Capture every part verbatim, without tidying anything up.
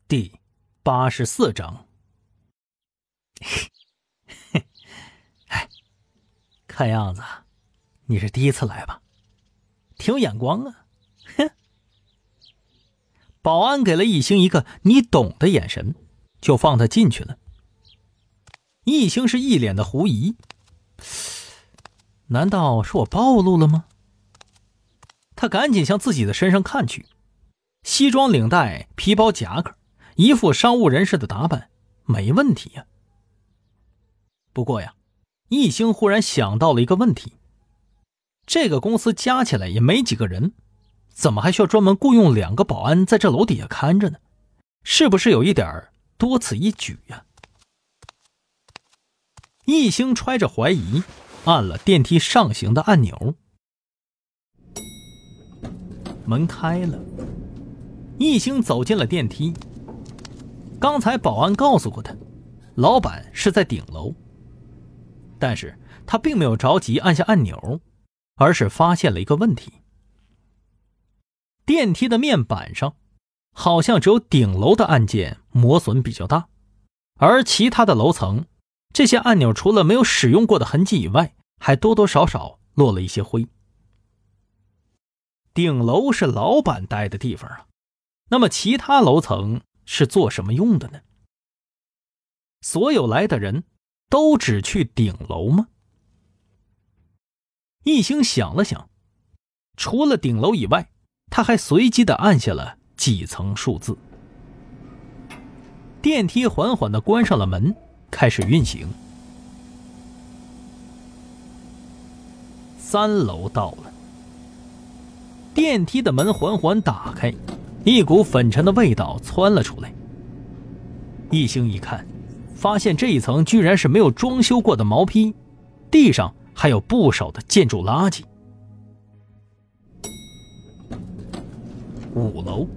第八十四章。哎，看样子你是第一次来吧？挺有眼光啊。哼。保安给了易星一个你懂的眼神，就放他进去了。易星是一脸的狐疑，难道是我暴露了吗？他赶紧向自己的身上看去，西装领带，皮包夹克，一副商务人士的打扮，没问题呀。不过呀，易星忽然想到了一个问题，这个公司加起来也没几个人，怎么还需要专门雇佣两个保安在这楼底下看着呢？是不是有一点多此一举呀？易星揣着怀疑，按了电梯上行的按钮，门开了，易星走进了电梯。刚才保安告诉过他，老板是在顶楼，但是他并没有着急按下按钮，而是发现了一个问题。电梯的面板上好像只有顶楼的按键磨损比较大，而其他的楼层这些按钮除了没有使用过的痕迹以外，还多多少少落了一些灰。顶楼是老板待的地方啊，那么其他楼层是做什么用的呢？所有来的人都只去顶楼吗？易星想了想，除了顶楼以外，他还随机地按下了几层数字。电梯缓缓地关上了门，开始运行。三楼到了，电梯的门缓缓打开，一股粉尘的味道窜了出来。易星一看，发现这一层居然是没有装修过的毛坯，地上还有不少的建筑垃圾。五楼，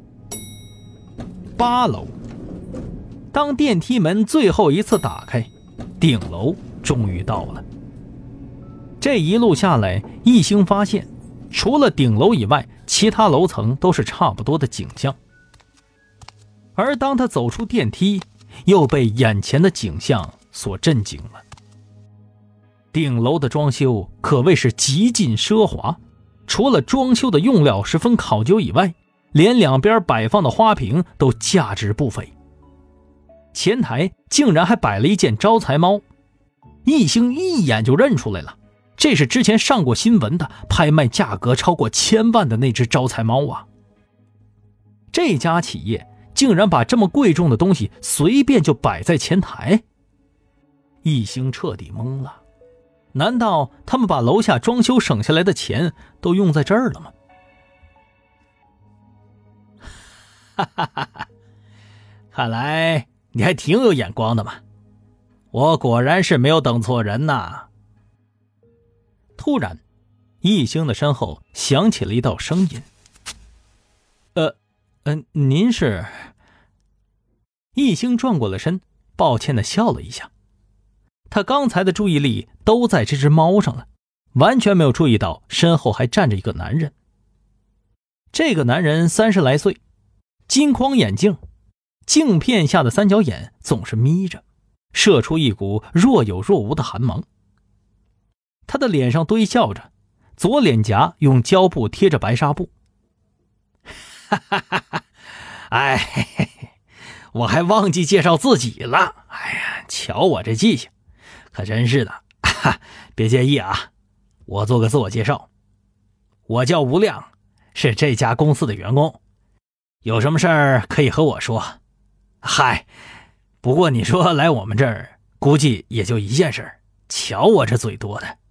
八楼。当电梯门最后一次打开，顶楼终于到了。这一路下来，易星发现除了顶楼以外，其他楼层都是差不多的景象。而当他走出电梯，又被眼前的景象所震惊了。顶楼的装修可谓是极尽奢华，除了装修的用料十分考究以外，连两边摆放的花瓶都价值不菲。前台竟然还摆了一件招财猫，易星一眼就认出来了，这是之前上过新闻的拍卖价格超过千万的那只招财猫啊！这家企业竟然把这么贵重的东西随便就摆在前台，易星彻底懵了。难道他们把楼下装修省下来的钱都用在这儿了吗？哈哈哈哈，看来你还挺有眼光的嘛，我果然是没有等错人呐。突然，易星的身后响起了一道声音。呃，呃，您是？易星转过了身，抱歉地笑了一下。他刚才的注意力都在这只猫上了，完全没有注意到身后还站着一个男人。这个男人三十来岁，金框眼镜，镜片下的三角眼总是眯着，射出一股若有若无的寒芒。他的脸上堆笑着，左脸颊用胶布贴着白纱布。哈哈哈哈，哎嘿嘿，我还忘记介绍自己了。哎呀，瞧我这记性，可真是的。哈，别介意啊，我做个自我介绍，我叫吴亮，是这家公司的员工，有什么事儿可以和我说。嗨，不过你说来我们这儿，估计也就一件事，瞧我这嘴多的。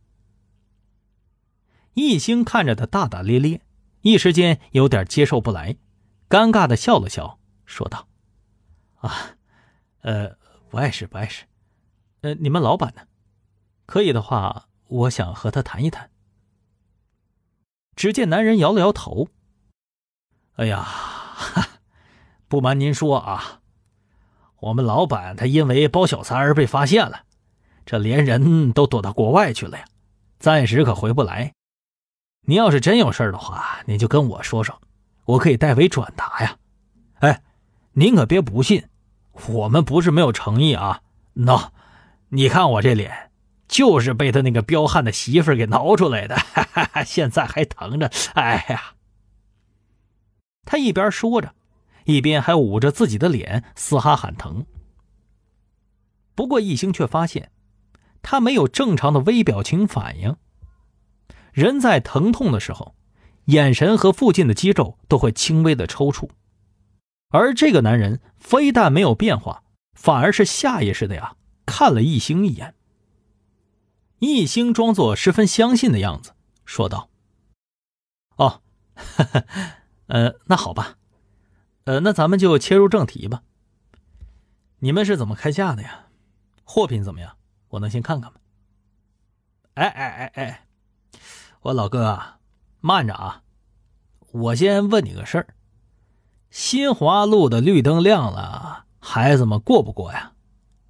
易星看着他大大咧咧，一时间有点接受不来，尴尬地笑了笑，说道：啊，呃，不碍事不碍事。呃，你们老板呢？可以的话，我想和他谈一谈。只见男人摇了摇头。哎呀，哈，不瞒您说啊，我们老板他因为包小三儿被发现了，这连人都躲到国外去了呀，暂时可回不来。您要是真有事的话，您就跟我说说，我可以代为转达呀。哎， 您可别不信，我们不是没有诚意啊。喏，你看我这脸，就是被他那个彪悍的媳妇儿给挠出来的，哈哈哈，现在还疼着。哎呀！他一边说着，一边还捂着自己的脸，嘶哈喊疼。不过一星却发现，他没有正常的微表情反应。人在疼痛的时候，眼神和附近的肌肉都会轻微的抽搐，而这个男人非但没有变化，反而是下意识的呀看了一星一眼。一星装作十分相信的样子，说道：“哦，呵呵，呃，那好吧，呃，那咱们就切入正题吧。你们是怎么开价的呀？货品怎么样？我能先看看吗？”哎哎哎哎，我老哥啊，慢着啊，我先问你个事儿。新华路的绿灯亮了，孩子们过不过呀？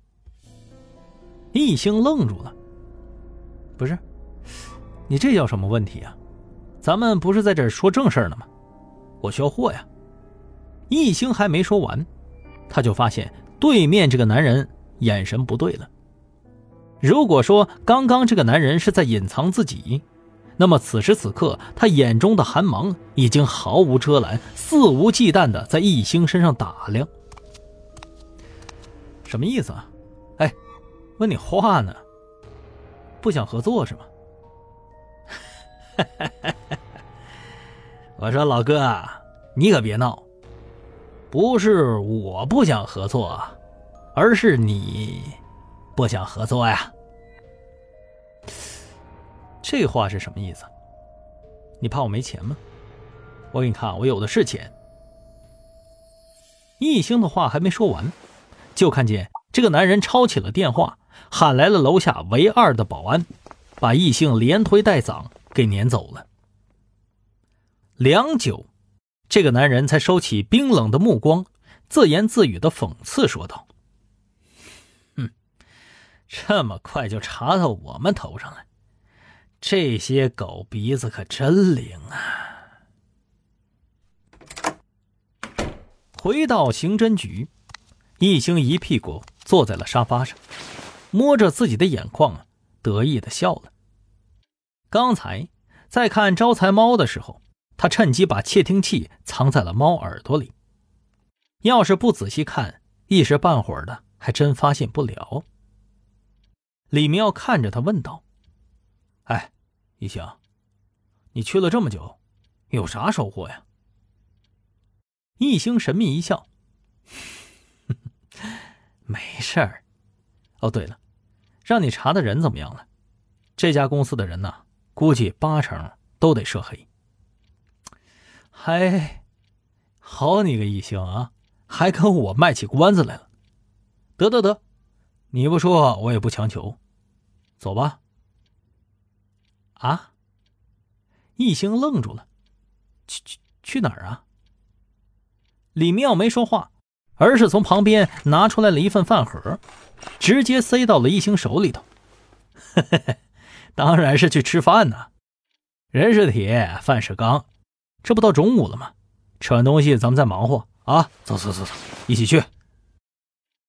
一星愣住了。不是，你这叫什么问题啊？咱们不是在这儿说正事儿呢吗？我需要货呀。一星还没说完，他就发现对面这个男人眼神不对了。如果说刚刚这个男人是在隐藏自己，那么此时此刻他眼中的寒芒已经毫无遮拦，肆无忌惮地在一星身上打量。什么意思啊？哎，问你话呢，不想合作是吗？我说老哥啊，你可别闹，不是我不想合作，而是你不想合作呀。这话是什么意思？你怕我没钱吗？我给你看，我有的是钱。一星的话还没说完，就看见这个男人抄起了电话，喊来了楼下唯二的保安，把一星连推带搡给撵走了。良久，这个男人才收起冰冷的目光，自言自语的讽刺说道：“哼，这么快就查到我们头上了，这些狗鼻子可真灵啊！”回到刑侦局，一星一屁股坐在了沙发上，摸着自己的眼眶，得意的笑了。刚才在看招财猫的时候，他趁机把窃听器藏在了猫耳朵里，要是不仔细看，一时半会儿的还真发现不了。李明耀看着他问道：“哎，一星，你去了这么久，有啥收获呀？”一星神秘一笑：“没事儿。哦，对了，让你查的人怎么样了？这家公司的人呢、啊，估计八成都得涉黑。”嗨，好你个一星啊，还跟我卖起关子来了。得得得，你不说我也不强求，走吧。啊？一星愣住了，去去去哪儿啊？李妙没说话，而是从旁边拿出来了一份饭盒，直接塞到了一星手里头。嘿嘿嘿，当然是去吃饭呢。人是铁，饭是钢，这不到中午了吗？吃完东西咱们再忙活啊！走走走走，一起去。